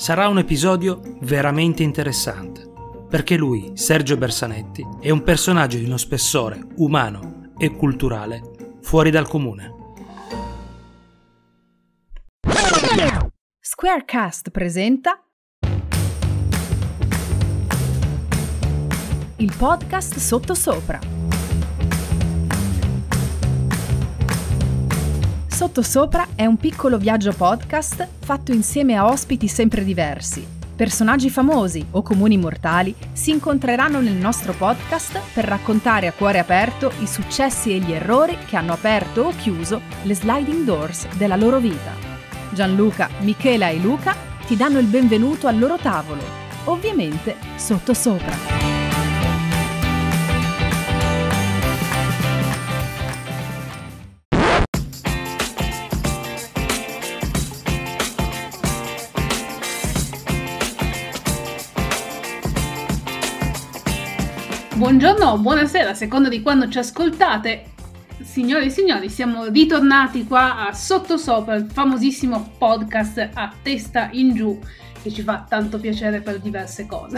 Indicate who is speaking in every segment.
Speaker 1: Sarà un episodio veramente interessante, perché lui, Sergio Bersanetti, è un personaggio di uno spessore umano e culturale fuori dal comune.
Speaker 2: Squarecast presenta il podcast Sottosopra. Sottosopra è un piccolo viaggio podcast fatto insieme a ospiti sempre diversi. Personaggi famosi o comuni mortali si incontreranno nel nostro podcast per raccontare a cuore aperto i successi e gli errori che hanno aperto o chiuso le sliding doors della loro vita. Gianluca, Michela e Luca ti danno il benvenuto al loro tavolo, ovviamente sottosopra.
Speaker 3: Buongiorno, buonasera, a seconda di quando ci ascoltate. Signore e signori, siamo ritornati qua a Sottosopra, il famosissimo podcast a testa in giù che ci fa tanto piacere per diverse cose.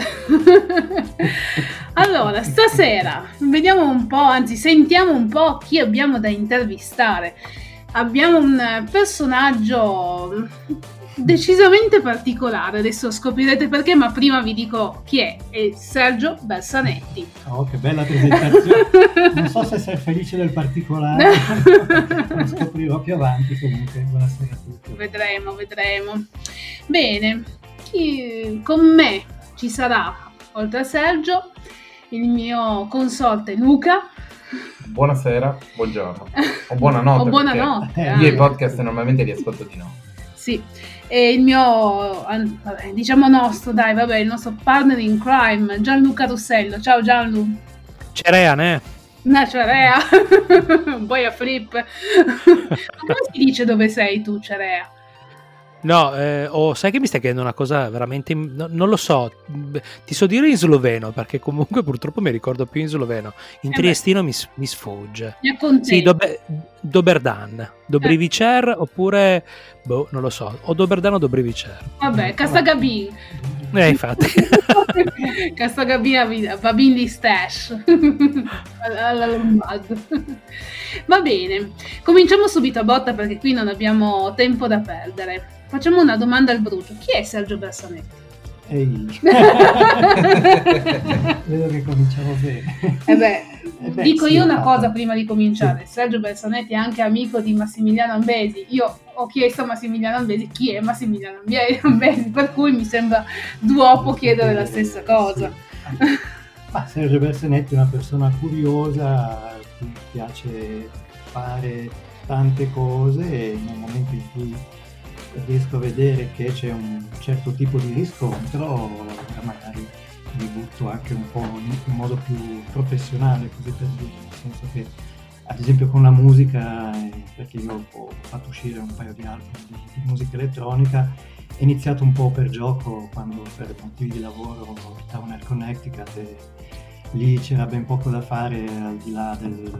Speaker 3: Allora, stasera vediamo un po', anzi sentiamo un po' chi abbiamo da intervistare. Abbiamo un personaggio decisamente particolare, adesso scoprirete perché, ma prima vi dico chi è Sergio Bersanetti.
Speaker 4: Oh, che bella presentazione! Non so se sei felice del particolare, lo scoprirò più avanti. Comunque, buonasera a tutti.
Speaker 3: Vedremo. Bene, con me ci sarà, oltre a Sergio, il mio consorte Luca.
Speaker 5: Buonasera, buongiorno, o buonanotte.
Speaker 3: O buonanotte.
Speaker 5: Io i podcast normalmente li ascolto di no.
Speaker 3: Sì, e il mio, diciamo nostro, il nostro partner in crime, Gianluca Russello. Ciao Gianlu.
Speaker 1: Cerea, ne?
Speaker 3: Una Cerea. Poi a flip. Come si dice dove sei tu, Cerea?
Speaker 1: No, sai che mi stai chiedendo una cosa veramente... non lo so, ti so dire in sloveno, perché comunque purtroppo mi ricordo più in sloveno. In triestino mi sfugge.
Speaker 3: Mi accontento.
Speaker 1: Sì, dober dan. Dobri vicer, oppure... non lo so. O dober dan o dobri vicer.
Speaker 3: Vabbè, Castagabin.
Speaker 1: Infatti.
Speaker 3: Castagabin va bene di stash. Alla Lombard. Va bene, cominciamo subito a botta perché qui non abbiamo tempo da perdere. Facciamo una domanda al brucio. Chi è Sergio Bersanetti?
Speaker 4: Ehi. Vedo che cominciamo bene.
Speaker 3: Dico
Speaker 4: sì,
Speaker 3: io una cosa prima di cominciare. Sì. Sergio Bersanetti è anche amico di Massimiliano Ambesi. Io ho chiesto a Massimiliano Ambesi chi è Massimiliano Ambesi, per cui mi sembra duopo chiedere la stessa cosa.
Speaker 4: Sì. Ma Sergio Bersanetti è una persona curiosa, a cui piace fare tante cose, e nel momento in cui riesco a vedere che c'è un certo tipo di riscontro, magari mi butto anche un po' in modo più professionale, così per dire, nel senso che ad esempio con la musica, perché io ho fatto uscire un paio di album di musica elettronica, è iniziato un po' per gioco, quando per motivi di lavoro stavo nel Connecticut e lì c'era ben poco da fare al di là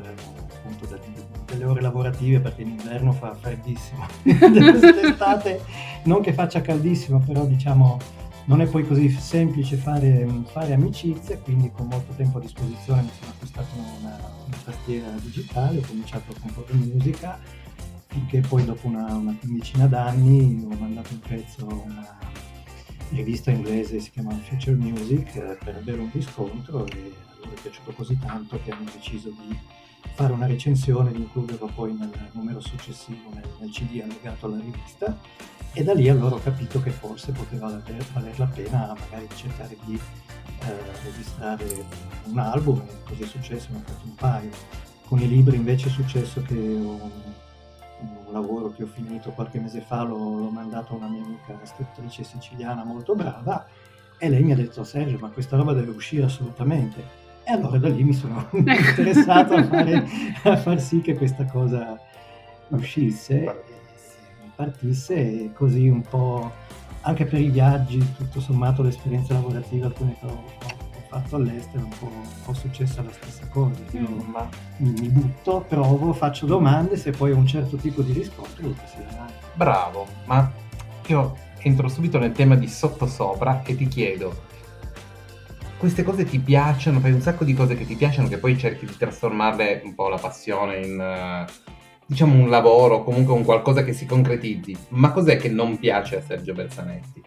Speaker 4: delle ore lavorative, perché in inverno fa freddissimo. D'estate non che faccia caldissimo, però diciamo non è poi così semplice fare amicizie, quindi con molto tempo a disposizione mi sono acquistato una tastiera digitale, ho cominciato a comporre musica, finché poi dopo una quindicina d'anni ho mandato un pezzo a una rivista inglese, si chiama Future Music, per avere un riscontro, e allora è piaciuto così tanto che hanno deciso di fare una recensione, di includerlo poi nel numero successivo, nel CD allegato alla rivista, e da lì allora ho capito che forse poteva valer la pena magari cercare di registrare un album, e così è successo, ne ho fatto un paio. Con i libri invece è successo che un lavoro che ho finito qualche mese fa l'ho mandato a una mia amica scrittrice siciliana molto brava, e lei mi ha detto: Sergio, ma questa roba deve uscire assolutamente. E allora da lì mi sono interessato a far sì che questa cosa uscisse, partisse, e così un po' anche per i viaggi, tutto sommato l'esperienza lavorativa, alcune che ho fatto all'estero, un po' successa la stessa cosa. Io mi butto, provo, faccio domande, se poi ho un certo tipo di riscontro lo si darà.
Speaker 5: Bravo, ma io entro subito nel tema di sottosopra e ti chiedo: queste cose ti piacciono? Fai un sacco di cose che ti piacciono, che poi cerchi di trasformarle un po' la passione in, diciamo, un lavoro, comunque un qualcosa che si concretizzi. Ma cos'è che non piace a Sergio Berzanetti?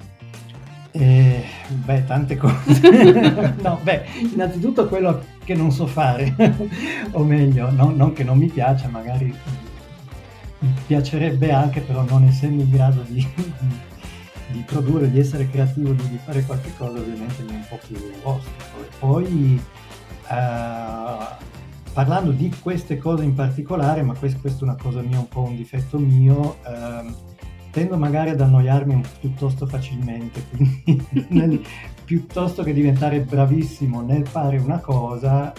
Speaker 4: Tante cose. No, innanzitutto quello che non so fare, o meglio, non che non mi piaccia, magari mi piacerebbe anche, però non essendo in grado di produrre, di essere creativo, di fare qualche cosa, ovviamente mi è un po' più ostico. E poi parlando di queste cose in particolare, ma questa è una cosa mia, un po' un difetto mio, tendo magari ad annoiarmi piuttosto facilmente, quindi piuttosto che diventare bravissimo nel fare una cosa,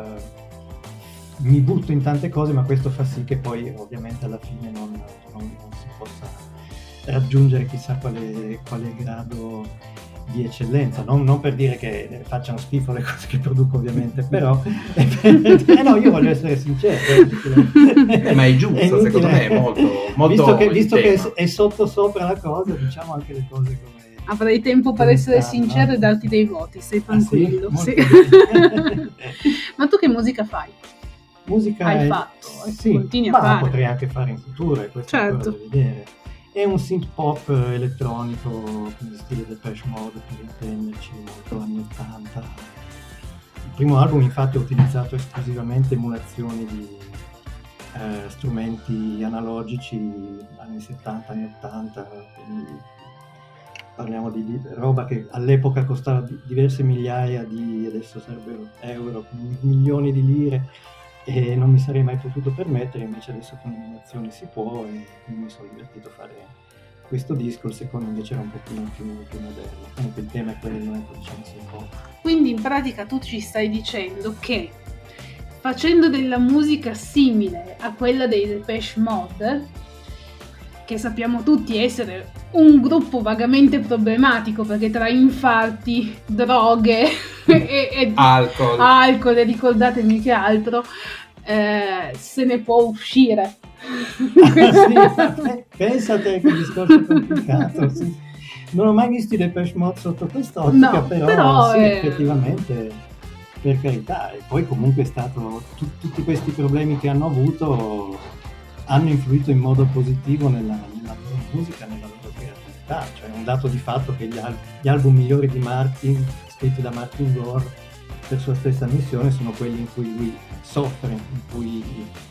Speaker 4: mi butto in tante cose, ma questo fa sì che poi ovviamente alla fine non si possa raggiungere chissà quale grado di eccellenza, non per dire che facciano schifo le cose che produco ovviamente, però no, io voglio essere sincero,
Speaker 5: ma è giusto, secondo me è molto
Speaker 4: visto che è sopra la cosa, diciamo anche le cose come
Speaker 3: avrai tempo per essere sincero e darti dei voti, sei tranquillo.
Speaker 4: Sì?
Speaker 3: Ma tu che musica fai? Hai fatto?
Speaker 4: Sì,
Speaker 3: continui a fare?
Speaker 4: Potrei anche fare in futuro, e questo è ancora da vedere. È un synth pop elettronico, quindi stile Depeche Mode, per intenderci, molto anni 80. Il primo album infatti ha utilizzato esclusivamente emulazioni di strumenti analogici anni 70, anni 80, quindi parliamo di roba che all'epoca costava diverse migliaia adesso sarebbero euro, milioni di lire, e non mi sarei mai potuto permettere, invece adesso con le animazioni si può, e quindi mi sono divertito a fare questo disco. Il secondo invece era un po' più moderno, comunque il tema è quello, diciamo sia un po'.
Speaker 3: Quindi in pratica tu ci stai dicendo che facendo della musica simile a quella dei Depeche Mode, che sappiamo tutti essere un gruppo vagamente problematico, perché tra infarti, droghe e alcol, e ricordatemi che altro, se ne può uscire.
Speaker 4: Pensate che discorso è complicato. Sì. Non ho mai visto i Depeche Mode sotto quest'ottica,
Speaker 3: no,
Speaker 4: però sì, effettivamente, per carità. E poi comunque è stato tutti questi problemi che hanno avuto hanno influito in modo positivo nella loro musica, nella loro creatività. Cioè, è un dato di fatto che gli album migliori di Martin, scritti da Martin Gore per sua stessa missione, sono quelli in cui lui soffre, in cui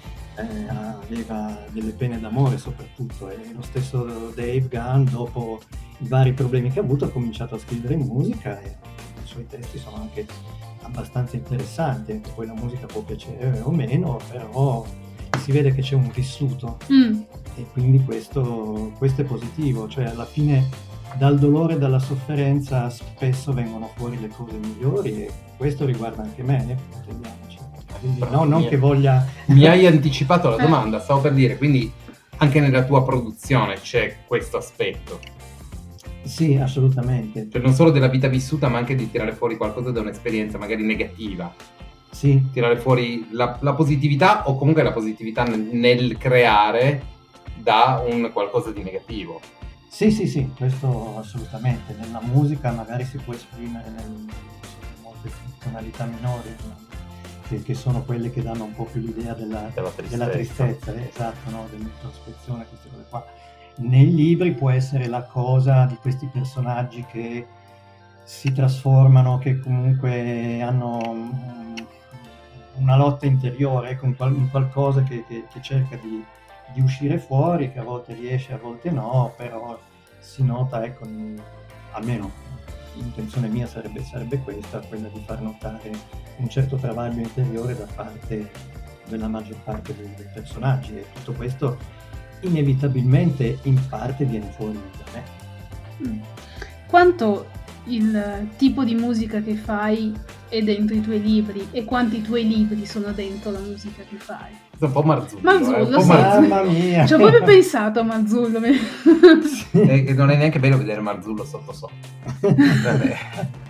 Speaker 4: aveva delle pene d'amore soprattutto, e lo stesso Dave Gunn, dopo i vari problemi che ha avuto, ha cominciato a scrivere musica, e i suoi testi sono anche abbastanza interessanti, anche poi la musica può piacere o meno, però si vede che c'è un vissuto, e quindi questo è positivo. Cioè alla fine dal dolore, dalla sofferenza spesso vengono fuori le cose migliori, e questo riguarda anche me, intendiamoci. Quindi non che voglia...
Speaker 5: Mi hai anticipato la domanda, stavo per dire, quindi anche nella tua produzione c'è questo aspetto.
Speaker 4: Sì, assolutamente.
Speaker 5: Cioè non solo della vita vissuta, ma anche di tirare fuori qualcosa da un'esperienza magari negativa.
Speaker 4: Sì.
Speaker 5: Tirare fuori la positività, o comunque la positività nel creare da un qualcosa di negativo.
Speaker 4: Sì, questo assolutamente. Nella musica magari si può esprimere in molte tonalità minori, che sono quelle che danno un po' più l'idea della tristezza, esatto, no? Dell'introspezione, queste cose qua. Nei libri può essere la cosa di questi personaggi che si trasformano, che comunque hanno una lotta interiore, ecco, un qualcosa che cerca di uscire fuori, che a volte riesce, a volte no, però si nota, ecco, almeno l'intenzione mia sarebbe questa, quella di far notare un certo travaglio interiore da parte della maggior parte dei personaggi, e tutto questo inevitabilmente in parte viene fuori da me.
Speaker 3: Quanto il tipo di musica che fai è dentro i tuoi libri, e quanti tuoi libri sono dentro la musica che fai?
Speaker 5: È un po' Marzullo.
Speaker 3: Marzullo, sì.
Speaker 4: Mamma mia!
Speaker 3: Ci ho proprio pensato a Marzullo.
Speaker 5: Sì. E non è neanche bello vedere Marzullo sotto. Vabbè.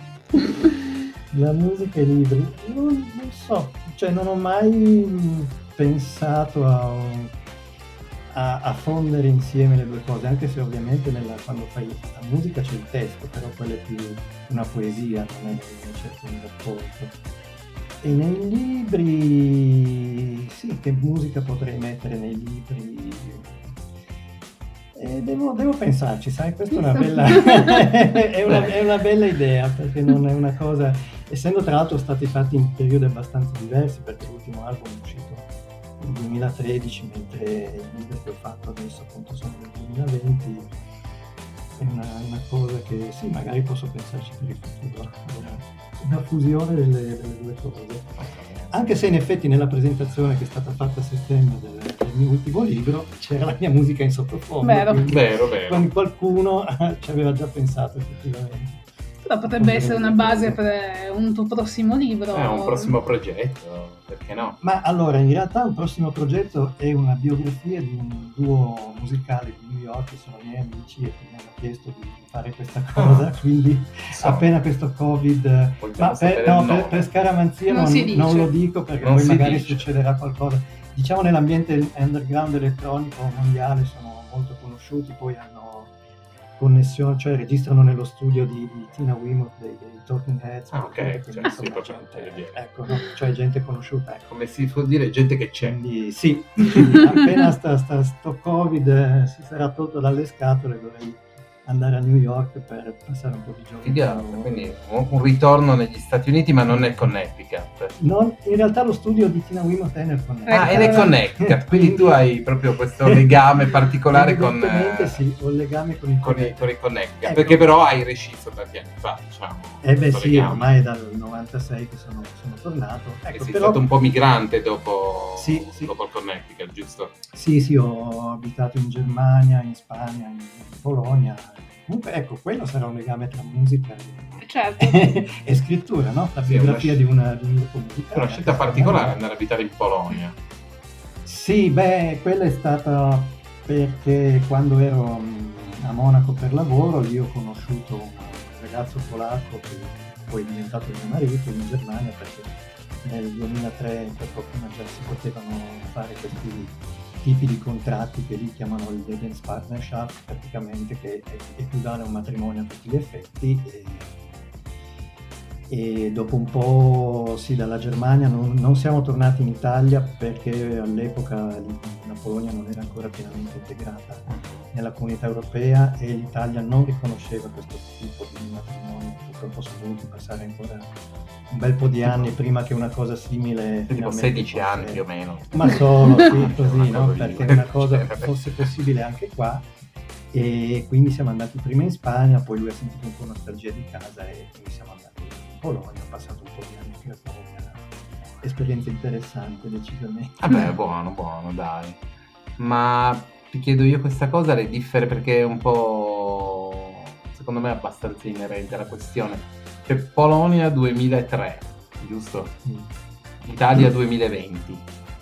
Speaker 4: La musica e i libri? Non so, cioè non ho mai pensato a fondere insieme le due cose, anche se ovviamente quando fai la musica c'è il testo, però quella è più una poesia, non è certo un racconto. E nei libri, sì, che musica potrei mettere nei libri? Devo pensarci, sai, questa è una bella, è una bella idea, perché non è una cosa, essendo tra l'altro stati fatti in periodi abbastanza diversi, perché l'ultimo album è uscito nel 2013, mentre i libri che ho fatto adesso appunto sono nel 2020, è una cosa che sì, magari posso pensarci per il futuro, una fusione delle due cose. Anche se in effetti nella presentazione che è stata fatta a settembre del mio ultimo libro c'era la mia musica in sottofondo.
Speaker 3: Vero.
Speaker 5: Vero.
Speaker 4: Quando qualcuno ci aveva già pensato effettivamente.
Speaker 3: Però potrebbe essere una base per un tuo prossimo libro.
Speaker 5: Un prossimo progetto, perché no?
Speaker 4: Ma allora, in realtà un prossimo progetto è una biografia di un duo musicale di New York, che sono miei amici e che mi hanno chiesto di fare questa cosa, quindi appena questo Covid... Ma per scaramanzia non lo dico, perché
Speaker 5: non
Speaker 4: poi magari
Speaker 5: dice.
Speaker 4: succederà qualcosa. Diciamo nell'ambiente underground elettronico mondiale sono molto conosciuti, poi hanno connessione, cioè registrano nello studio di Tina Weymouth dei Talking Heads.
Speaker 5: Ok,
Speaker 4: quindi,
Speaker 5: cioè,
Speaker 4: insomma,
Speaker 5: sì,
Speaker 4: gente, ecco, no? Cioè gente conosciuta. Ecco.
Speaker 5: Come si può dire, gente che c'è.
Speaker 4: Quindi sì, quindi appena sto Covid si sarà tolto dalle scatole, dovrei andare a New York per passare un po' di giorni.
Speaker 5: Figata, quindi un ritorno negli Stati Uniti, ma non nel Connecticut.
Speaker 4: In realtà lo studio di Tina Weymouth è nel Connecticut.
Speaker 5: Ah, è nel Connecticut, quindi tu hai proprio questo legame particolare con...
Speaker 4: sì, ho il legame con il
Speaker 5: Connecticut,
Speaker 4: ecco.
Speaker 5: Perché però hai rescisso tanti anni fa, diciamo.
Speaker 4: Sì, ormai è dal 96 che sono tornato. Ecco,
Speaker 5: sei
Speaker 4: però...
Speaker 5: stato un po' migrante dopo
Speaker 4: sì.
Speaker 5: dopo il Connecticut, giusto?
Speaker 4: Sì, ho abitato in Germania, in Spagna, in Polonia. Comunque, ecco, quello sarà un legame tra musica
Speaker 3: certo.
Speaker 4: e scrittura, no? La biografia di un gruppo musicale.
Speaker 5: È una scelta particolare andare a abitare in Polonia.
Speaker 4: Sì, quella è stata perché quando ero a Monaco per lavoro, lì ho conosciuto un ragazzo polacco che poi è diventato mio marito in Germania, perché nel 2003 poco prima già si potevano fare questi tipi di contratti che lì chiamano il Lebenspartnerschaft, praticamente, che equivale a un matrimonio a tutti gli effetti, e dopo un po' sì, dalla Germania non siamo tornati in Italia, perché all'epoca la Polonia non era ancora pienamente integrata nella comunità europea e l'Italia non riconosceva questo tipo di matrimonio. Purtroppo sono dovuti passare ancora un bel po' di anni prima che una cosa simile,
Speaker 5: tipo 16 anni più o meno,
Speaker 4: ma solo sì, così, no?
Speaker 5: cosa
Speaker 4: Perché una cosa fosse possibile anche qua. E quindi siamo andati prima in Spagna, poi lui ha sentito un po' nostalgia di casa e quindi siamo andati in Polonia. Ho passato un po' di anni qui a Polonia, esperienza interessante decisamente.
Speaker 5: Vabbè, buono, dai. Ma ti chiedo io questa cosa, le differe, perché è un po', secondo me, abbastanza inerente alla questione. C'è Polonia 2003, giusto? Italia 2020.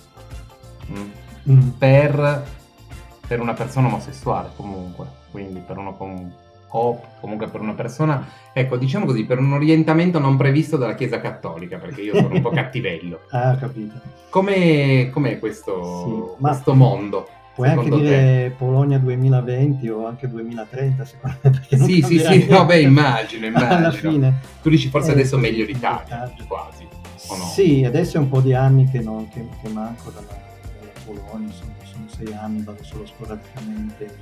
Speaker 5: Per una persona omosessuale, comunque, quindi per uno o comunque per una persona, ecco, diciamo così, per un orientamento non previsto dalla Chiesa Cattolica, perché io sono un po' cattivello.
Speaker 4: Ah, capito.
Speaker 5: Com'è questo, questo mondo?
Speaker 4: Puoi anche dire Polonia 2020 o anche 2030, secondo me.
Speaker 5: Sì, no, beh, immagino.
Speaker 4: Alla fine.
Speaker 5: Tu dici forse adesso meglio l'Italia, quasi, o no?
Speaker 4: Sì, adesso è un po' di anni che manco dalla Polonia, sono 6 anni, vado solo sporadicamente,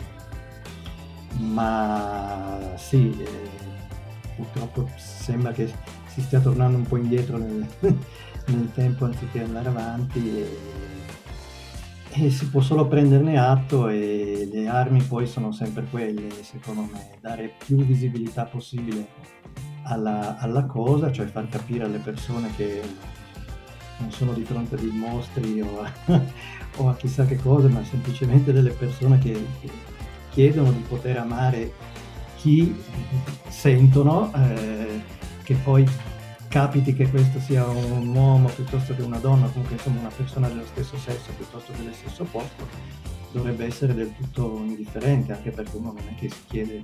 Speaker 4: ma sì, purtroppo sembra che si stia tornando un po' indietro nel tempo anziché andare avanti, e si può solo prenderne atto, e le armi poi sono sempre quelle, secondo me, dare più visibilità possibile alla cosa, cioè far capire alle persone che non sono di fronte a dei mostri o a chissà che cosa, ma semplicemente delle persone che chiedono di poter amare chi sentono, che poi capiti che questo sia un uomo piuttosto che una donna, comunque insomma una persona dello stesso sesso piuttosto che del stesso opposto, dovrebbe essere del tutto indifferente, anche perché uno non è che si chiede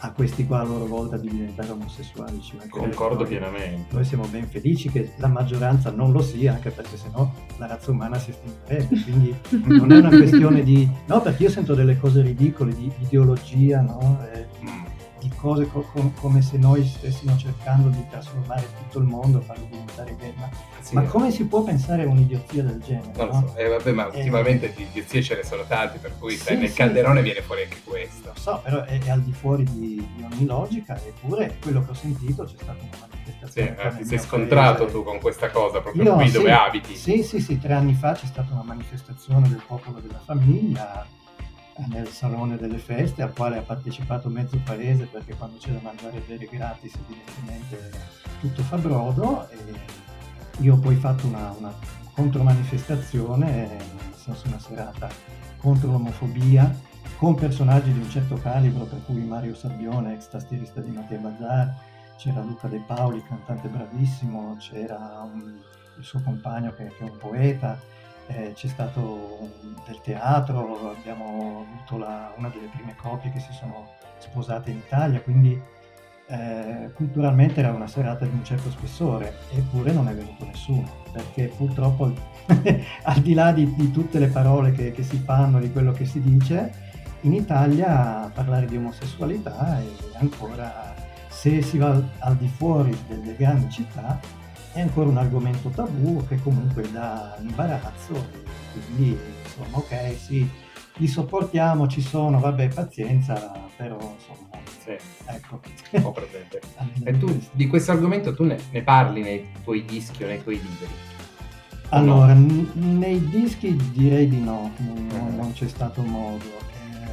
Speaker 4: a questi qua a loro volta di diventare omosessuali.
Speaker 5: Concordo pienamente.
Speaker 4: Noi siamo ben felici che la maggioranza non lo sia, anche perché sennò la razza umana si estinguerebbe, quindi non è una questione di... No, perché io sento delle cose ridicole, di ideologia, no? Di cose come se noi stessimo cercando di trasformare tutto il mondo, farlo diventare gay, ma come si può pensare a un'idiozia del genere?
Speaker 5: Non lo so, vabbè, ma ultimamente di idiozie ce ne sono tanti, per cui nel calderone viene fuori anche questo.
Speaker 4: Lo so, però è al di fuori di ogni logica, eppure quello che ho sentito c'è stata una manifestazione.
Speaker 5: Ti sei scontrato tu con questa cosa proprio qui dove abiti?
Speaker 4: Sì, 3 anni fa c'è stata una manifestazione del Popolo della Famiglia nel Salone delle Feste, al quale ha partecipato mezzo paese, perché quando c'è da mangiare e bere gratis evidentemente tutto fa brodo, e io ho poi fatto una contromanifestazione, nel senso una serata contro l'omofobia, con personaggi di un certo calibro, per cui Mario Sabbione, ex tastierista di Mattia Bazar, c'era Luca De Paoli, cantante bravissimo, c'era il suo compagno che è un poeta, c'è stato del teatro, abbiamo avuto una delle prime coppie che si sono sposate in Italia, quindi culturalmente era una serata di un certo spessore, eppure non è venuto nessuno, perché purtroppo al di là di tutte le parole che si fanno, di quello che si dice, in Italia parlare di omosessualità è ancora, se si va al di fuori delle grandi città, è ancora un argomento tabù che comunque dà imbarazzo, e quindi insomma ok, sì, li sopportiamo, ci sono, vabbè, pazienza, però insomma ecco.
Speaker 5: Ho presente. E tu di questo argomento tu ne parli nei tuoi dischi o nei tuoi libri?
Speaker 4: Allora, nei dischi direi di no, non c'è stato modo.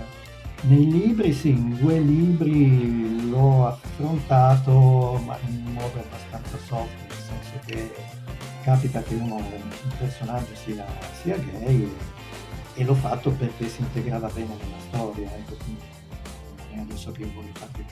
Speaker 4: Nei libri sì, in 2 libri l'ho affrontato, ma in modo abbastanza soft, nel senso che capita che un personaggio sia gay, e l'ho fatto perché si integrava bene nella storia, ecco, quindi adesso che voglio farvi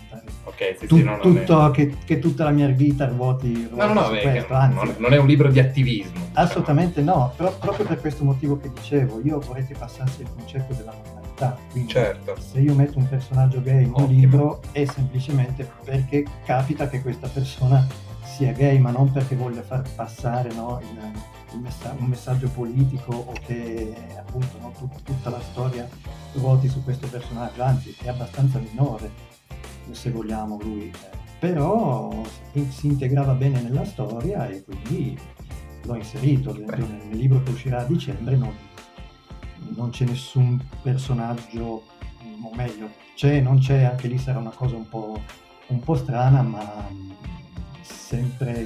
Speaker 4: contare che tutta la mia vita ruoti su questo, anzi,
Speaker 5: non è un libro di attivismo, diciamo.
Speaker 4: Assolutamente no, però proprio per questo motivo che dicevo, io vorrei che passasse il concetto della normalità, quindi se io metto un personaggio gay in un libro è semplicemente perché capita che questa persona sia gay, ma non perché voglia far passare, no, un messaggio politico, o che appunto tutta la storia ruoti su questo personaggio, anzi è abbastanza minore se vogliamo lui, però si integrava bene nella storia e quindi l'ho inserito. Nel libro che uscirà a dicembre non c'è nessun personaggio, o meglio non c'è, anche lì sarà una cosa un po' strana, ma sempre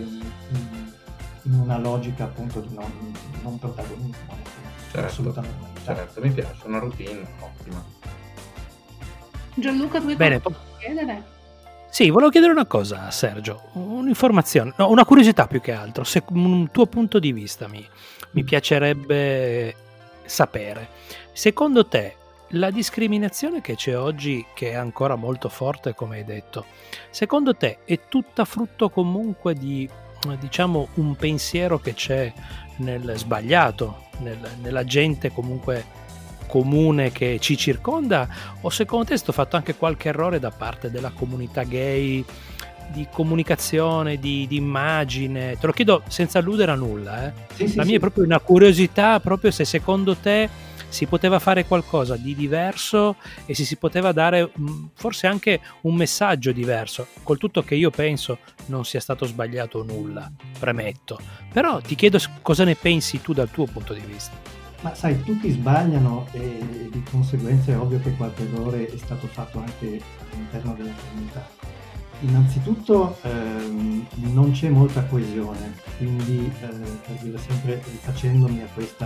Speaker 4: in una logica appunto di non protagonismo, assolutamente.
Speaker 5: Certo, mi piace, una routine ottima.
Speaker 3: Gianluca, tu hai
Speaker 1: Bene,
Speaker 3: chiedere?
Speaker 1: Sì, volevo chiedere una cosa a Sergio, un'informazione, no, una curiosità più che altro, se un tuo punto di vista mi piacerebbe sapere. Secondo te la discriminazione che c'è oggi, che è ancora molto forte come hai detto, secondo te è tutta frutto comunque di, diciamo, un pensiero che c'è nel sbagliato, nella gente comunque comune che ci circonda, o secondo te è stato fatto anche qualche errore da parte della comunità gay di comunicazione, di immagine? Te lo chiedo senza alludere a nulla, la mia è proprio una curiosità, proprio se secondo te si poteva fare qualcosa di diverso e se si poteva dare forse anche un messaggio diverso, col tutto che io penso non sia stato sbagliato nulla, premetto, però ti chiedo cosa ne pensi tu dal tuo punto di vista.
Speaker 4: Ma sai, tutti sbagliano e di conseguenza è ovvio che qualche errore è stato fatto anche all'interno della comunità. Innanzitutto non c'è molta coesione, quindi per dire sempre, rifacendomi a questa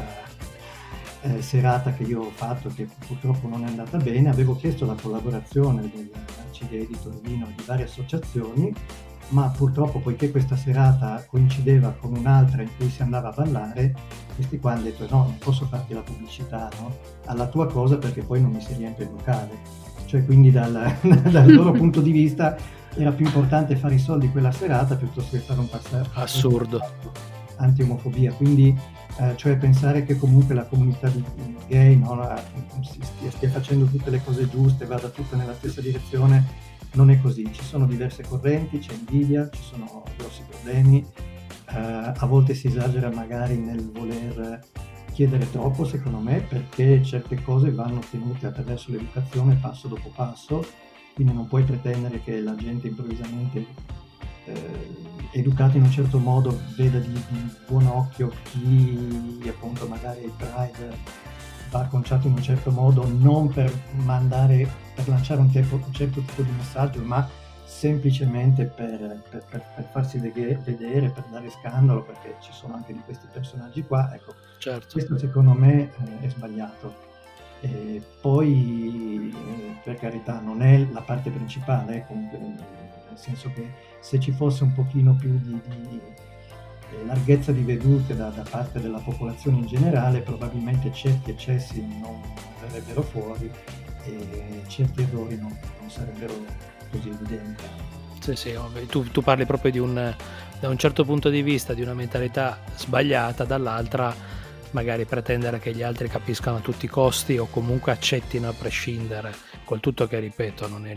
Speaker 4: serata che io ho fatto, che purtroppo non è andata bene, avevo chiesto la collaborazione del CDE di Torino e di varie associazioni, ma purtroppo, poiché questa serata coincideva con un'altra in cui si andava a ballare, questi qua hanno detto no, non posso farti la pubblicità, no, alla tua cosa, perché poi non mi si riempie il locale. Cioè, quindi dal loro punto di vista era più importante fare i soldi quella serata piuttosto che fare un passaggio
Speaker 1: assurdo
Speaker 4: anti-omofobia. Quindi cioè pensare che comunque la comunità di gay, no, stia facendo tutte le cose giuste, vada tutta nella stessa direzione, non è così, ci sono diverse correnti, c'è invidia, ci sono grossi problemi, a volte si esagera magari nel voler chiedere troppo, secondo me, perché certe cose vanno ottenute attraverso l'educazione passo dopo passo, quindi non puoi pretendere che la gente improvvisamente educata in un certo modo veda di buon occhio chi appunto magari il Pride va conciato in un certo modo, non per lanciare un certo tipo di messaggio, ma semplicemente per farsi vedere, per dare scandalo, perché ci sono anche di questi personaggi qua. Ecco,
Speaker 1: certo.
Speaker 4: Questo secondo me è sbagliato. E poi, per carità, non è la parte principale, comunque, nel senso che se ci fosse un pochino più di larghezza di vedute da parte della popolazione in generale, probabilmente certi eccessi non verrebbero fuori e certi errori non sarebbero così evidenti.
Speaker 1: Sì, tu parli proprio da un certo punto di vista di una mentalità sbagliata, dall'altra magari pretendere che gli altri capiscano a tutti i costi o comunque accettino a prescindere, col tutto che, ripeto, non è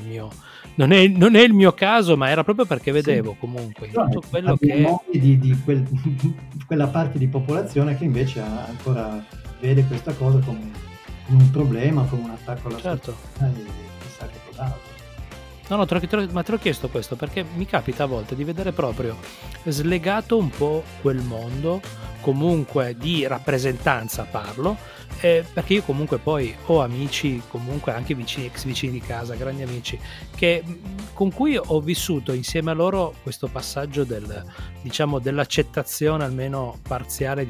Speaker 1: il mio caso, ma era proprio perché vedevo comunque in tutto quello che
Speaker 4: di quella parte di popolazione che invece ancora vede questa cosa come un problema, come un attacco alla società e chissà che cos'altro.
Speaker 1: No, ma te l'ho chiesto questo perché mi capita a volte di vedere proprio slegato un po' quel mondo, comunque di rappresentanza parlo, perché io comunque poi ho amici, comunque anche ex vicini di casa, grandi amici, con cui ho vissuto insieme a loro questo passaggio dell'accettazione almeno parziale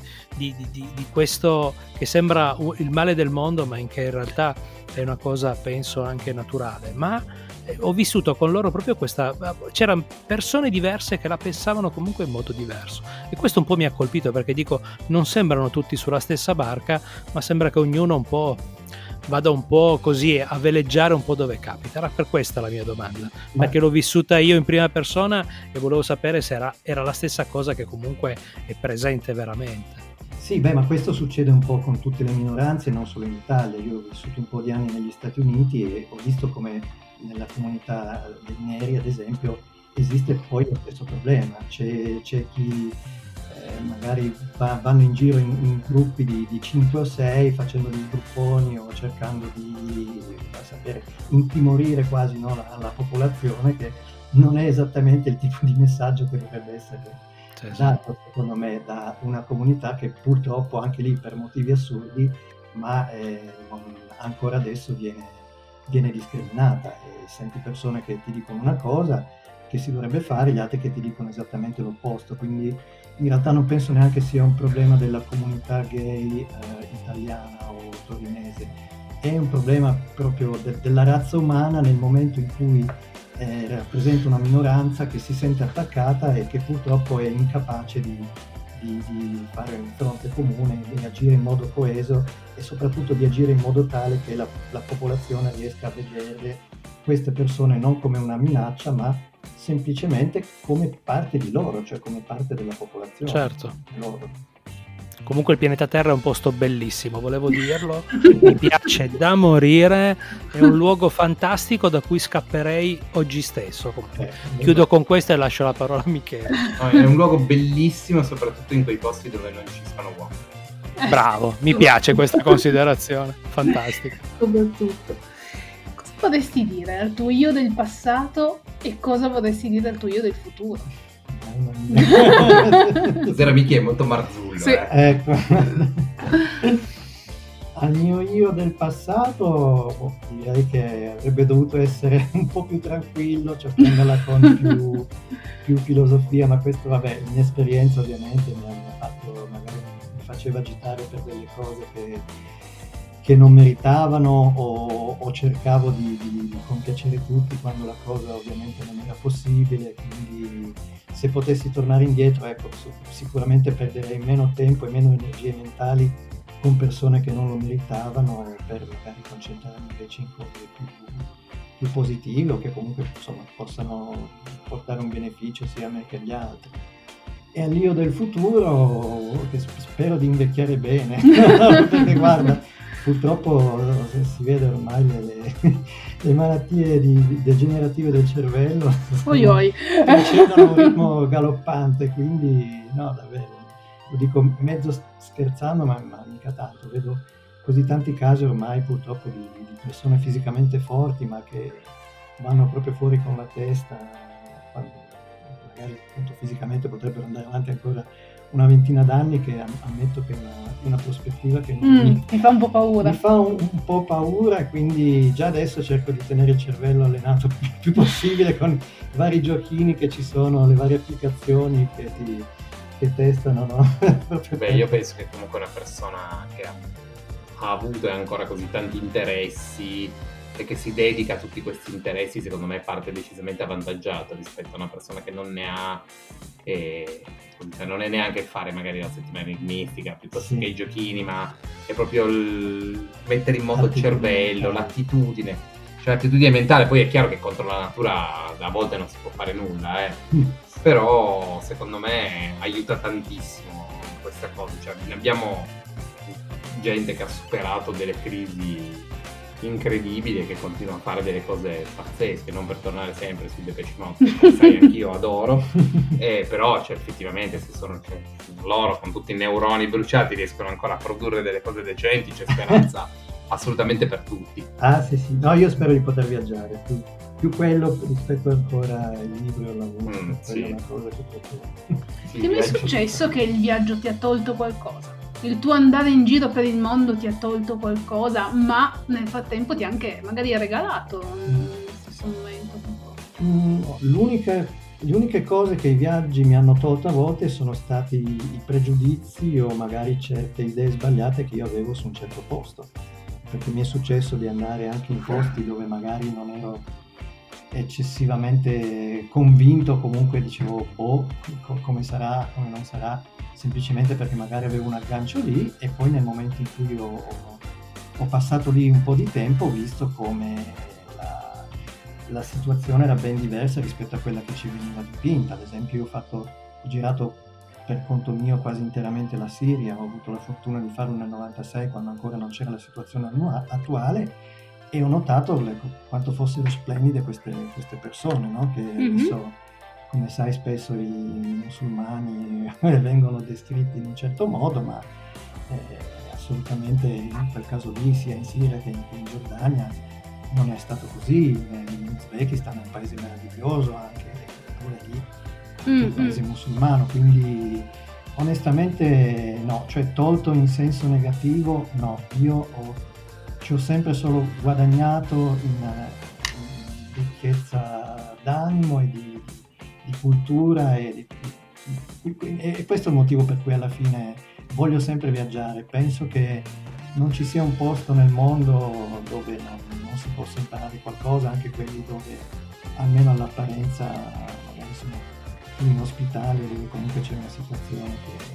Speaker 1: di questo che sembra il male del mondo, ma in che in realtà è una cosa, penso, anche naturale. Ma ho vissuto con loro proprio c'erano persone diverse che la pensavano comunque in modo diverso, e questo un po' mi ha colpito, perché dico, non sembrano tutti sulla stessa barca, ma sembra che ognuno un po' vada un po' così a veleggiare un po' dove capita. Era per questa la mia domanda, perché l'ho vissuta io in prima persona e volevo sapere se era la stessa cosa che comunque è presente veramente.
Speaker 4: Sì, ma questo succede un po' con tutte le minoranze, non solo in Italia. Io ho vissuto un po' di anni negli Stati Uniti e ho visto come nella comunità dei neri, ad esempio, esiste poi lo stesso problema. C'è chi magari vanno in giro in gruppi di 5 o 6 facendo dei grupponi o cercando di intimorire quasi, no, la popolazione, che non è esattamente il tipo di messaggio che dovrebbe essere dato, secondo me, da una comunità che purtroppo anche lì per motivi assurdi, ma ancora adesso viene discriminata, e senti persone che ti dicono una cosa che si dovrebbe fare, gli altri che ti dicono esattamente l'opposto. Quindi in realtà non penso neanche sia un problema della comunità gay italiana o torinese, è un problema proprio della razza umana nel momento in cui rappresenta una minoranza che si sente attaccata e che purtroppo è incapace di fare un fronte comune, di agire in modo coeso e soprattutto di agire in modo tale che la popolazione riesca a vedere queste persone non come una minaccia, ma semplicemente come parte di loro, cioè come parte della popolazione.
Speaker 1: Certo.
Speaker 4: Loro.
Speaker 1: Comunque il pianeta Terra è un posto bellissimo, volevo dirlo, mi piace da morire, è un luogo fantastico da cui scapperei oggi stesso. Chiudo con questo e lascio la parola a Michele.
Speaker 5: No, è un luogo bellissimo, soprattutto in quei posti dove non ci sono uomini.
Speaker 1: Bravo, mi piace questa considerazione, fantastica.
Speaker 3: Soprattutto. Cosa vorresti dire al tuo io del passato e cosa vorresti dire al tuo io del futuro?
Speaker 5: Cos'era, Michi? È molto Marzullo.
Speaker 3: Sì.
Speaker 4: Ecco. Al mio io del passato direi che avrebbe dovuto essere un po' più tranquillo, cioè prenderla con più filosofia, ma questo, vabbè, l'inesperienza ovviamente mi ha fatto, magari mi faceva agitare per delle cose che non meritavano, o cercavo di compiacere tutti quando la cosa ovviamente non era possibile. Quindi se potessi tornare indietro, ecco, sicuramente perderei meno tempo e meno energie mentali con persone che non lo meritavano, per magari concentrarmi invece in cose più positive, o che comunque, insomma, possano portare un beneficio sia a me che agli altri. E all'io del futuro, che spero di invecchiare bene, perché guarda, purtroppo si vede ormai le malattie degenerative del cervello procedono a un ritmo galoppante, quindi no, davvero, lo dico mezzo scherzando, ma mica tanto. Vedo così tanti casi ormai purtroppo di persone fisicamente forti, ma che vanno proprio fuori con la testa, quando magari appunto fisicamente potrebbero andare avanti ancora una ventina d'anni, che ammetto che è una prospettiva che
Speaker 3: mi fa un po' paura.
Speaker 4: Mi fa un po' paura, e quindi già adesso cerco di tenere il cervello allenato il più possibile con i vari giochini che ci sono, le varie applicazioni che testano, no?
Speaker 5: Beh, io penso che comunque una persona che ha avuto e ancora così tanti interessi e che si dedica a tutti questi interessi, secondo me parte decisamente avvantaggiata rispetto a una persona che non ne ha, non è neanche fare magari la settimana enigmistica piuttosto che i giochini, ma è proprio mettere in moto il cervello, l'attitudine, cioè l'attitudine mentale. Poi è chiaro che contro la natura a volte non si può fare nulla, però secondo me aiuta tantissimo questa cosa, cioè abbiamo gente che ha superato delle crisi incredibili e che continua a fare delle cose pazzesche, non per tornare sempre sui Depeche Mode, che sai anch'io adoro, però cioè, effettivamente se sono loro con tutti i neuroni bruciati riescono ancora a produrre delle cose decenti, c'è speranza assolutamente per tutti.
Speaker 4: Sì, no, io spero di poter viaggiare più quello rispetto ancora al libro e al lavoro,
Speaker 5: sì.
Speaker 4: È una cosa che proprio...
Speaker 3: Ti è successo che il viaggio ti ha tolto qualcosa? Il tuo andare in giro per il mondo ti ha tolto qualcosa, ma nel frattempo ti ha anche magari regalato nello stesso momento?
Speaker 4: Le uniche cose che i viaggi mi hanno tolto a volte sono stati i pregiudizi o magari certe idee sbagliate che io avevo su un certo posto, perché mi è successo di andare anche in posti dove magari non ero eccessivamente convinto, comunque dicevo come sarà, come non sarà, semplicemente perché magari avevo un aggancio lì, e poi nel momento in cui ho passato lì un po' di tempo ho visto come la situazione era ben diversa rispetto a quella che ci veniva dipinta. Ad esempio io ho girato per conto mio quasi interamente la Siria, ho avuto la fortuna di farlo nel 96 quando ancora non c'era la situazione attuale, e ho notato quanto fossero splendide queste persone, no? Che adesso, come sai, spesso i musulmani vengono descritti in un certo modo, ma assolutamente in quel caso lì, sia in Siria che in Giordania, non è stato così. In Uzbekistan è un paese meraviglioso, anche pure lì, un paese musulmano, quindi onestamente no, cioè tolto in senso negativo no, io ci ho sempre solo guadagnato in ricchezza d'animo e di cultura, e questo è il motivo per cui alla fine voglio sempre viaggiare. Penso che non ci sia un posto nel mondo dove non si possa imparare qualcosa, anche quelli dove almeno all'apparenza magari sono in ospitali, dove comunque c'è una situazione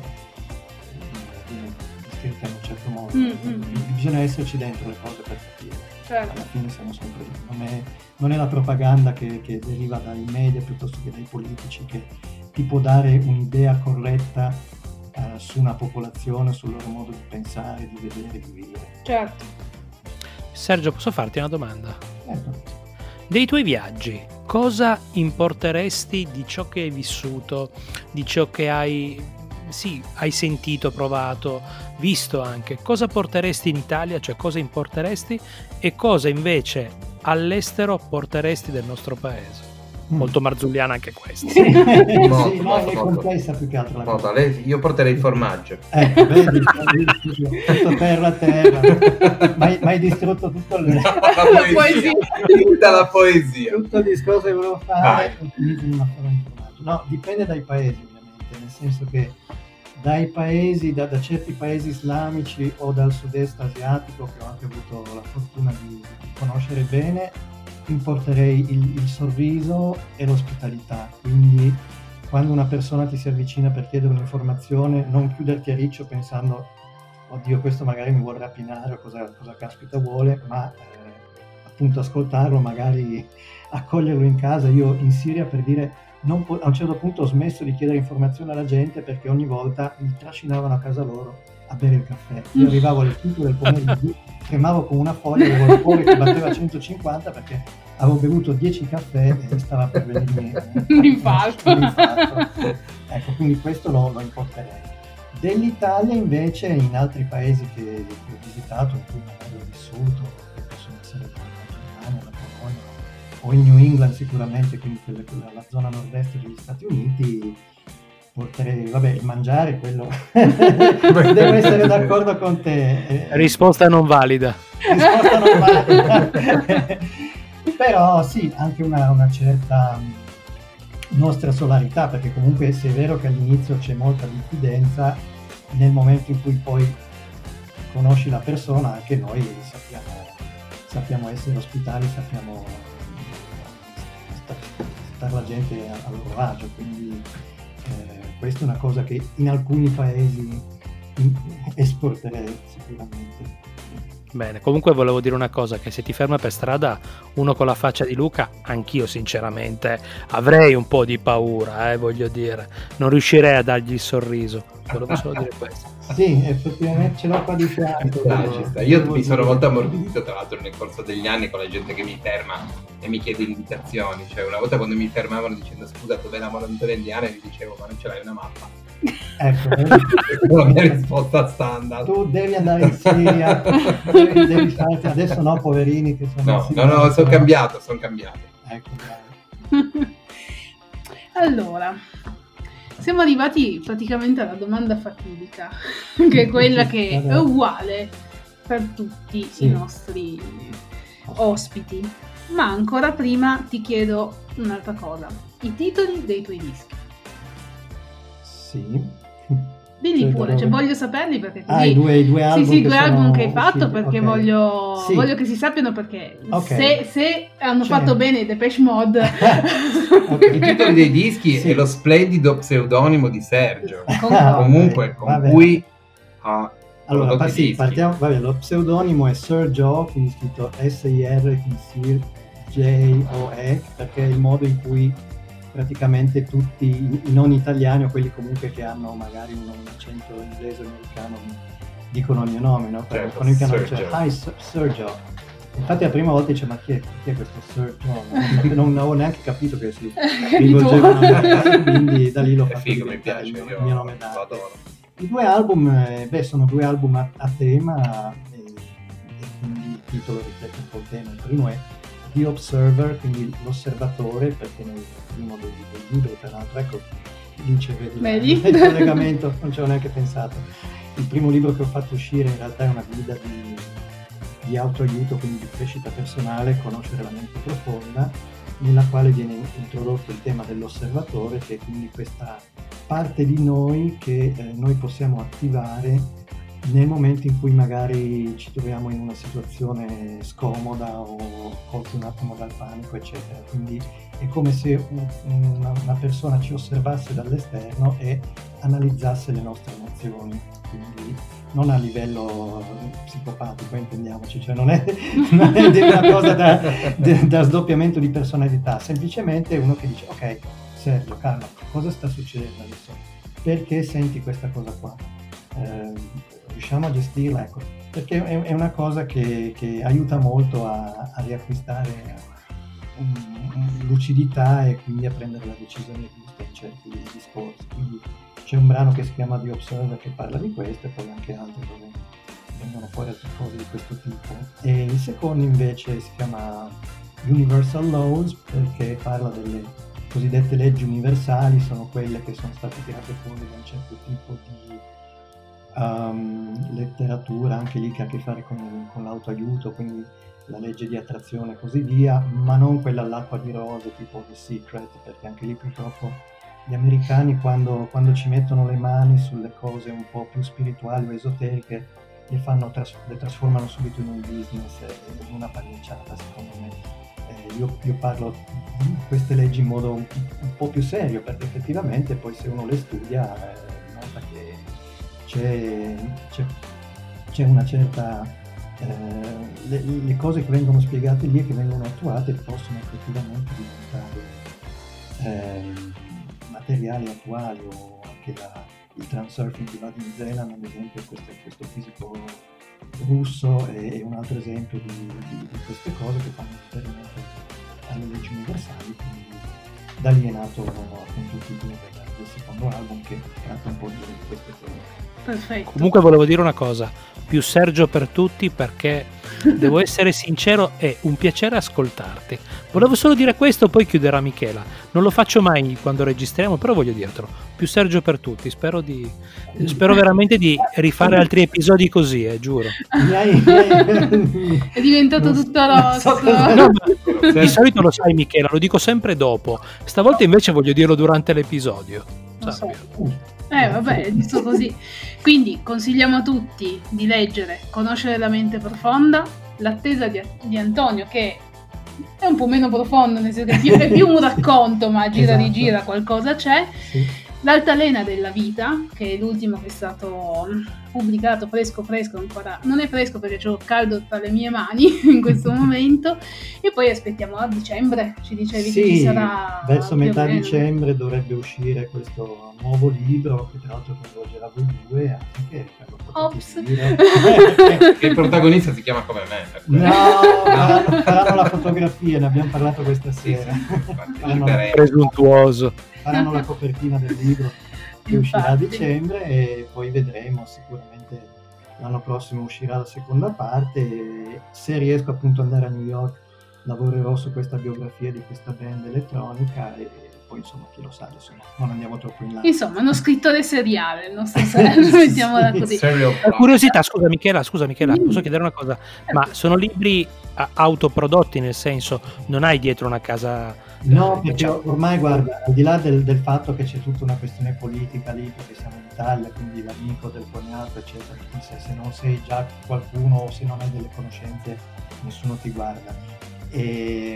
Speaker 4: che viene descritta in un certo modo. Bisogna esserci dentro le cose per capire.
Speaker 3: Certo.
Speaker 4: Alla fine siamo sempre lì. Non è la propaganda che deriva dai media piuttosto che dai politici che ti può dare un'idea corretta su una popolazione, sul loro modo di pensare, di vedere, di vivere.
Speaker 3: Certo.
Speaker 1: Sergio, posso farti una domanda?
Speaker 4: Certo.
Speaker 1: Dei tuoi viaggi, cosa importeresti di ciò che hai vissuto, di ciò che hai sentito, provato, visto anche? Cosa porteresti in Italia, cioè cosa importeresti, e cosa invece all'estero porteresti del nostro paese? Molto marzulliana anche questa.
Speaker 4: Sì, è complessa più che altro la cosa.
Speaker 5: Io porterei il formaggio.
Speaker 4: Vedi, tutto terra a terra. Ma hai distrutto tutto
Speaker 3: la poesia.
Speaker 5: Tutta la poesia.
Speaker 4: Tutto il discorso che volevo fare. No, dipende dai paesi, ovviamente, nel senso che dai paesi, da certi paesi islamici o dal sud-est asiatico, che ho anche avuto la fortuna di conoscere bene, importerei il sorriso e l'ospitalità. Quindi quando una persona ti si avvicina per chiedere un'informazione, non chiuderti a riccio pensando oddio, questo magari mi vuole rapinare o cosa caspita vuole, ma appunto ascoltarlo, magari accoglierlo in casa. Io in Siria, per dire, a un certo punto ho smesso di chiedere informazioni alla gente perché ogni volta mi trascinavano a casa loro a bere il caffè. Io arrivavo alle 5 del pomeriggio, tremavo con una foglia, avevo il cuore che batteva 150 perché avevo bevuto 10 caffè e stava per venirmi
Speaker 3: un infarto.
Speaker 4: Ecco, quindi questo lo importerei. Dell'Italia invece, in altri paesi che ho visitato, in cui magari ho vissuto, che possono essere la Germania, la Polonia, o in New England sicuramente, quindi la zona nord-est degli Stati Uniti, porterei, vabbè, il mangiare, quello devo essere d'accordo con te.
Speaker 1: Risposta non valida.
Speaker 4: Risposta non valida. Però sì, anche una certa nostra solarità, perché comunque se è vero che all'inizio c'è molta diffidenza, nel momento in cui poi conosci la persona, anche noi sappiamo essere ospitali, sappiamo stare la gente a loro agio, quindi questa è una cosa che in alcuni paesi esporterei sicuramente.
Speaker 1: Bene, comunque volevo dire una cosa, che se ti ferma per strada uno con la faccia di Luca, anch'io sinceramente avrei un po' di paura, voglio dire, non riuscirei a dargli il sorriso, volevo solo dire questo.
Speaker 4: Sì, effettivamente ce l'ho qua di fianco.
Speaker 5: Io mi sono molto ammorbidito tra l'altro nel corso degli anni con la gente che mi ferma e mi chiede indicazioni, cioè una volta quando mi fermavano dicendo scusa dov'è la moneta indiana, e gli dicevo ma non ce l'hai una mappa?
Speaker 4: Ecco,
Speaker 5: la mia risposta standard.
Speaker 4: Tu devi andare in Siria, devi farti, adesso no, poverini che sono
Speaker 5: no, sono cambiato.
Speaker 4: Ecco,
Speaker 3: allora, siamo arrivati praticamente alla domanda fatidica, che è quella che è uguale per tutti i nostri ospiti, ma ancora prima ti chiedo un'altra cosa: i titoli dei tuoi dischi.
Speaker 4: Sì.
Speaker 3: Dilli pure, cioè voglio saperli perché così...
Speaker 4: i due album.
Speaker 3: Sì, due album che hai
Speaker 4: usciti,
Speaker 3: fatto, perché
Speaker 4: okay.
Speaker 3: voglio che si sappiano, perché se hanno fatto bene i Depeche Mode...
Speaker 5: I titoli dei dischi e lo splendido pseudonimo di Sergio, comunque con cui ha...
Speaker 4: Allora, partiamo, vabbè, lo pseudonimo è Sir Joe, quindi scritto S-I-R, quindi J-O-E, perché è il modo in cui praticamente tutti i non italiani o quelli comunque che hanno magari un accento inglese o americano dicono il mio nome, no?
Speaker 5: Certo,
Speaker 4: con il canale c'è Hi Sir Joe. Infatti la prima volta dice ma chi è questo Sir Joe? Non avevo neanche capito che si rivolgevano a me, quindi da lì l'ho fatto diventare il mio nome d'arte. I due album, sono due album a tema e quindi il titolo riflette un po' il tema. Il primo è The Observer, quindi l'osservatore, perché nel primo dei libri, tra l'altro, ecco, lì c'è il collegamento, non ci avevo neanche pensato. Il primo libro che ho fatto uscire in realtà è una guida di autoaiuto, quindi di crescita personale, conoscere la mente profonda, nella quale viene introdotto il tema dell'osservatore, che è quindi questa parte di noi che noi possiamo attivare nel momento in cui magari ci troviamo in una situazione scomoda o colti un attimo dal panico, eccetera. Quindi è come se una persona ci osservasse dall'esterno e analizzasse le nostre emozioni, quindi non a livello psicopatico, intendiamoci, cioè non è una cosa da sdoppiamento di personalità, semplicemente uno che dice ok Sergio, calma, cosa sta succedendo adesso? Perché senti questa cosa qua? Riusciamo a gestirla, ecco, perché è una cosa che aiuta molto a riacquistare lucidità e quindi a prendere la decisione giusta in certi discorsi. Quindi c'è un brano che si chiama The Observer che parla di questo, e poi anche altri dove vengono fuori altre cose di questo tipo. E il secondo invece si chiama Universal Laws, perché parla delle cosiddette leggi universali, sono quelle che sono state tirate fuori da un certo tipo di letteratura, anche lì che ha a che fare con l'autoaiuto, quindi la legge di attrazione e così via, ma non quella all'acqua di rose tipo The Secret, perché anche lì purtroppo gli americani quando ci mettono le mani sulle cose un po' più spirituali o esoteriche le trasformano subito in un business, in una pagliacciata, secondo me. Io parlo di queste leggi in modo un po' più serio, perché effettivamente poi se uno le studia nota che c'è una certa le cose che vengono spiegate lì e che vengono attuate possono effettivamente diventare materiali attuali, o anche il transurfing di Vadim Zeland, ad esempio, questo fisico russo è un altro esempio di queste cose che fanno riferimento alle leggi universali, quindi da lì è nato appunto il titolo del secondo album, che tratta un po' di queste temi.
Speaker 3: Perfetto.
Speaker 1: Comunque volevo dire una cosa, più Sergio per tutti, perché devo essere sincero, è un piacere ascoltarti. Volevo solo dire questo, poi chiuderà Michela. Non lo faccio mai quando registriamo, però voglio dirtelo. Più Sergio per tutti, spero veramente di rifare altri episodi così, giuro.
Speaker 3: È diventato tutto rosso.
Speaker 1: No, di solito lo sai Michela, lo dico sempre dopo. Stavolta invece voglio dirlo durante l'episodio.
Speaker 3: Vabbè, è giusto così. Quindi consigliamo a tutti di leggere Conoscere la mente profonda, L'attesa di Antonio, che è un po' meno profondo, nel senso che è più un racconto, ma gira
Speaker 4: Esatto.
Speaker 3: rigira qualcosa c'è.
Speaker 4: Sì.
Speaker 3: L'Altalena della vita, che è l'ultimo che è stato pubblicato fresco, ancora non è fresco perché ho caldo tra le mie mani in questo momento, e poi aspettiamo a dicembre, ci dicevi che ci sarà
Speaker 4: verso
Speaker 3: più o
Speaker 4: metà
Speaker 3: meno.
Speaker 4: dicembre dovrebbe uscire questo nuovo libro, che tra l'altro coinvolgerà voi due, anche per lo
Speaker 3: Ops.
Speaker 4: dire.
Speaker 5: Che il protagonista si chiama come me.
Speaker 4: No, faranno la fotografia, ne abbiamo parlato questa sera.
Speaker 1: Presuntuoso.
Speaker 4: Faranno la copertina del libro che uscirà a
Speaker 3: Infatti.
Speaker 4: dicembre, e poi vedremo, sicuramente l'anno prossimo uscirà la seconda parte, e se riesco appunto ad andare a New York lavorerò su questa biografia di questa band elettronica, e poi insomma chi lo sa, adesso non andiamo troppo in là.
Speaker 3: Insomma, uno scrittore seriale, il nostro Sergio, mettiamola così.
Speaker 1: Per curiosità, scusa Michela, posso chiedere una cosa? Ma sono libri autoprodotti, nel senso non hai dietro una casa?
Speaker 4: No, perché
Speaker 1: diciamo,
Speaker 4: ormai, guarda, al di là del fatto che c'è tutta una questione politica lì, perché siamo in Italia, quindi l'amico del cognato, eccetera, se non sei già qualcuno o se non hai delle conoscenze, nessuno ti guarda. E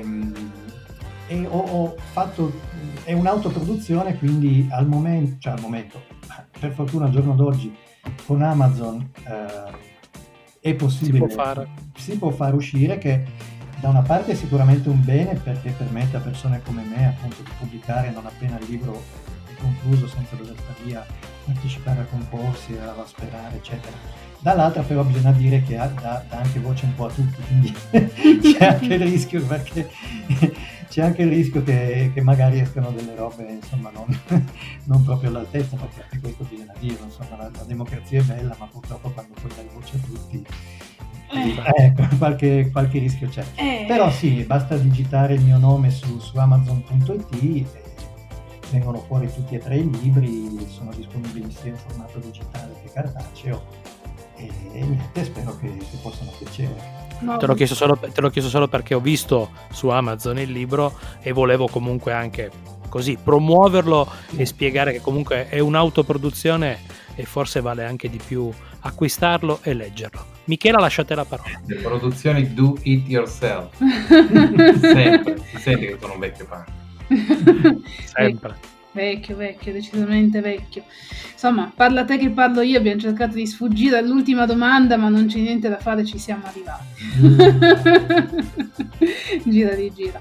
Speaker 4: ho fatto, è un'autoproduzione, quindi al momento, per fortuna al giorno d'oggi, con Amazon è possibile, si può fare uscire, che da una parte è sicuramente un bene, perché permette a persone come me appunto di pubblicare non appena il libro è concluso, senza dover via partecipare a concorsi, a sperare, eccetera. Dall'altra però bisogna dire che dà anche voce un po' a tutti, quindi c'è anche il rischio, perché c'è anche il rischio che magari escano delle robe, insomma, non proprio all'altezza, perché anche questo bisogna dire, insomma, la democrazia è bella, ma purtroppo quando poi dai voce a tutti, qualche rischio c'è. Però sì, basta digitare il mio nome su Amazon.it e vengono fuori tutti e tre i libri, sono disponibili sia in formato digitale che cartaceo, e niente, spero che possano piacere.
Speaker 1: Te l'ho chiesto solo perché ho visto su Amazon il libro e volevo comunque anche così promuoverlo e spiegare che comunque è un'autoproduzione e forse vale anche di più acquistarlo e leggerlo. Michela, lasciate la parola.
Speaker 5: Le produzioni do it yourself. Sempre. Si sente che sono un vecchio pane.
Speaker 1: Sempre.
Speaker 3: Vecchio, decisamente vecchio. Insomma, parla te che parlo io, abbiamo cercato di sfuggire all'ultima domanda, ma non c'è niente da fare, ci siamo arrivati. Gira.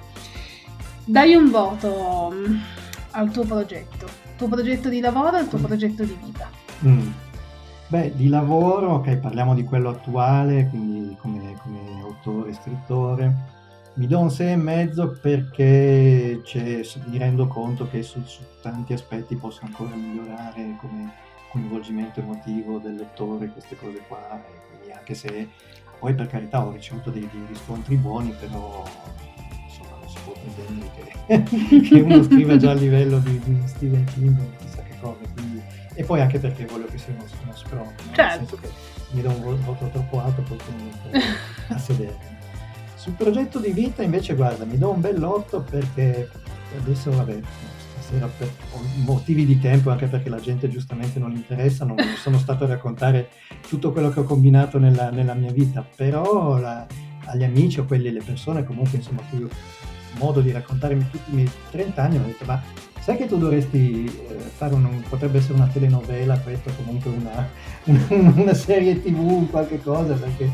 Speaker 3: Dai un voto al tuo progetto di lavoro e al tuo progetto di vita.
Speaker 4: Beh, di lavoro, ok, parliamo di quello attuale, quindi come autore, scrittore. Mi do un 6,5 perché mi rendo conto che su tanti aspetti posso ancora migliorare, come coinvolgimento emotivo del lettore, queste cose qua, e quindi anche se poi per carità ho ricevuto dei riscontri buoni, però insomma non si può pretendere che uno scriva già a livello di Stephen King o chissà che cosa, quindi, e poi anche perché voglio che sia uno sprone, no?
Speaker 3: Certo.
Speaker 4: Nel senso che se mi do un voto troppo alto poi comunque a sedere. Sul progetto di vita invece, guarda, mi do un bel 8 perché adesso, vabbè, stasera per motivi di tempo, anche perché la gente giustamente non interessa, non sono stato a raccontare tutto quello che ho combinato nella mia vita, però agli amici o le persone comunque, insomma, a cui ho modo di raccontarmi tutti i miei 30 anni, ho detto, ma sai che tu dovresti fare potrebbe essere una telenovela, questo, comunque una serie TV, qualche cosa, perché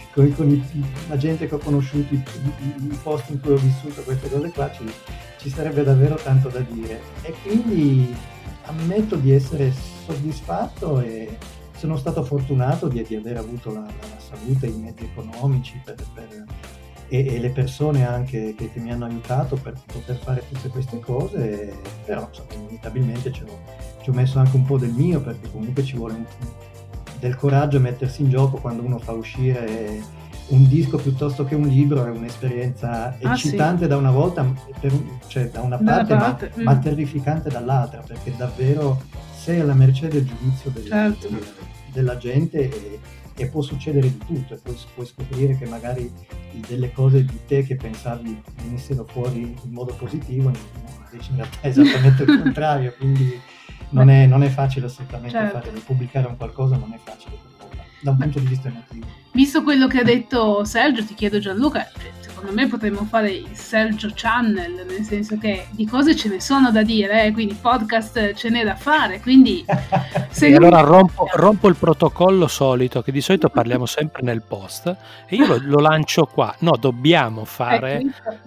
Speaker 4: la gente che ho conosciuto, i posti in cui ho vissuto, queste cose qua, ci sarebbe davvero tanto da dire. E quindi ammetto di essere soddisfatto e sono stato fortunato di aver avuto la salute, i mezzi economici e le persone anche che mi hanno aiutato per poter fare tutte queste cose, però insomma, inevitabilmente ci ho messo anche un po' del mio, perché comunque ci vuole del coraggio a mettersi in gioco quando uno fa uscire un disco piuttosto che un libro. È un'esperienza eccitante da una volta, cioè da una parte, ma terrificante dall'altra, perché davvero sei alla mercé del giudizio della gente e può succedere di tutto, e puoi scoprire che magari delle cose di te che pensavi venissero fuori in modo positivo invece in realtà è esattamente il contrario, quindi non è facile assolutamente pubblicare un qualcosa, non è facile da un punto di vista emotivo.
Speaker 3: Visto quello che ha detto Sergio, ti chiedo Gianluca, secondo me potremmo fare il Sergio Channel, nel senso che di cose ce ne sono da dire, quindi podcast ce n'è da fare, quindi
Speaker 1: e allora rompo il protocollo solito, che di solito parliamo sempre nel post, e io lo lancio qua. No, dobbiamo fare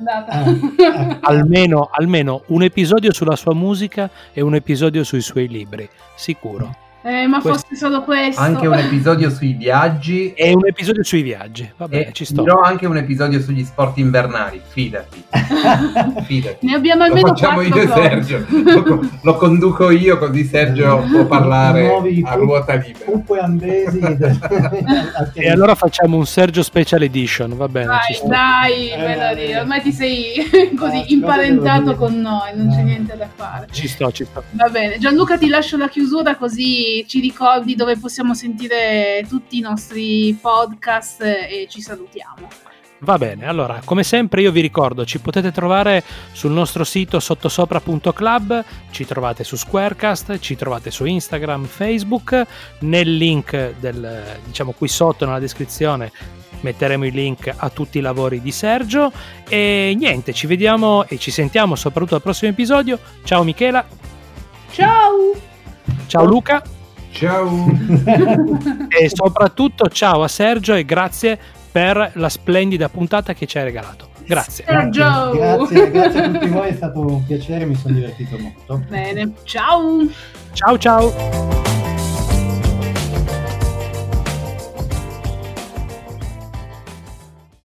Speaker 1: almeno un episodio sulla sua musica e un episodio sui suoi libri, sicuro.
Speaker 3: Ma fosse solo questo.
Speaker 5: Anche un episodio sui viaggi.
Speaker 1: E un episodio sui viaggi. Va bene, ci sto.
Speaker 5: Dirò anche un episodio sugli sport invernali, fidati.
Speaker 3: Ne abbiamo almeno
Speaker 5: lo facciamo
Speaker 3: 4
Speaker 5: io e Sergio. Lo conduco io, così Sergio può parlare a ruota libera.
Speaker 4: Pupo e Ambesi.
Speaker 1: E allora facciamo un Sergio Special Edition, va bene.
Speaker 3: Dai, ormai ti sei così imparentato con noi, non c'è niente da fare.
Speaker 1: Ci sto.
Speaker 3: Va bene, Gianluca, ti lascio la chiusura, così ci ricordi dove possiamo sentire tutti i nostri podcast e ci salutiamo.
Speaker 1: Va bene, allora come sempre io vi ricordo, ci potete trovare sul nostro sito sottosopra.club, ci trovate su Squarecast, ci trovate su Instagram, Facebook, nel link qui sotto nella descrizione metteremo i link a tutti i lavori di Sergio e niente, ci vediamo e ci sentiamo soprattutto al prossimo episodio. Ciao Michela. Ciao Luca.
Speaker 5: Ciao.
Speaker 1: E soprattutto ciao a Sergio e grazie per la splendida puntata che ci hai regalato. Grazie.
Speaker 4: Grazie a tutti voi, è stato un piacere, mi sono divertito molto.
Speaker 3: Bene, ciao.
Speaker 1: Ciao.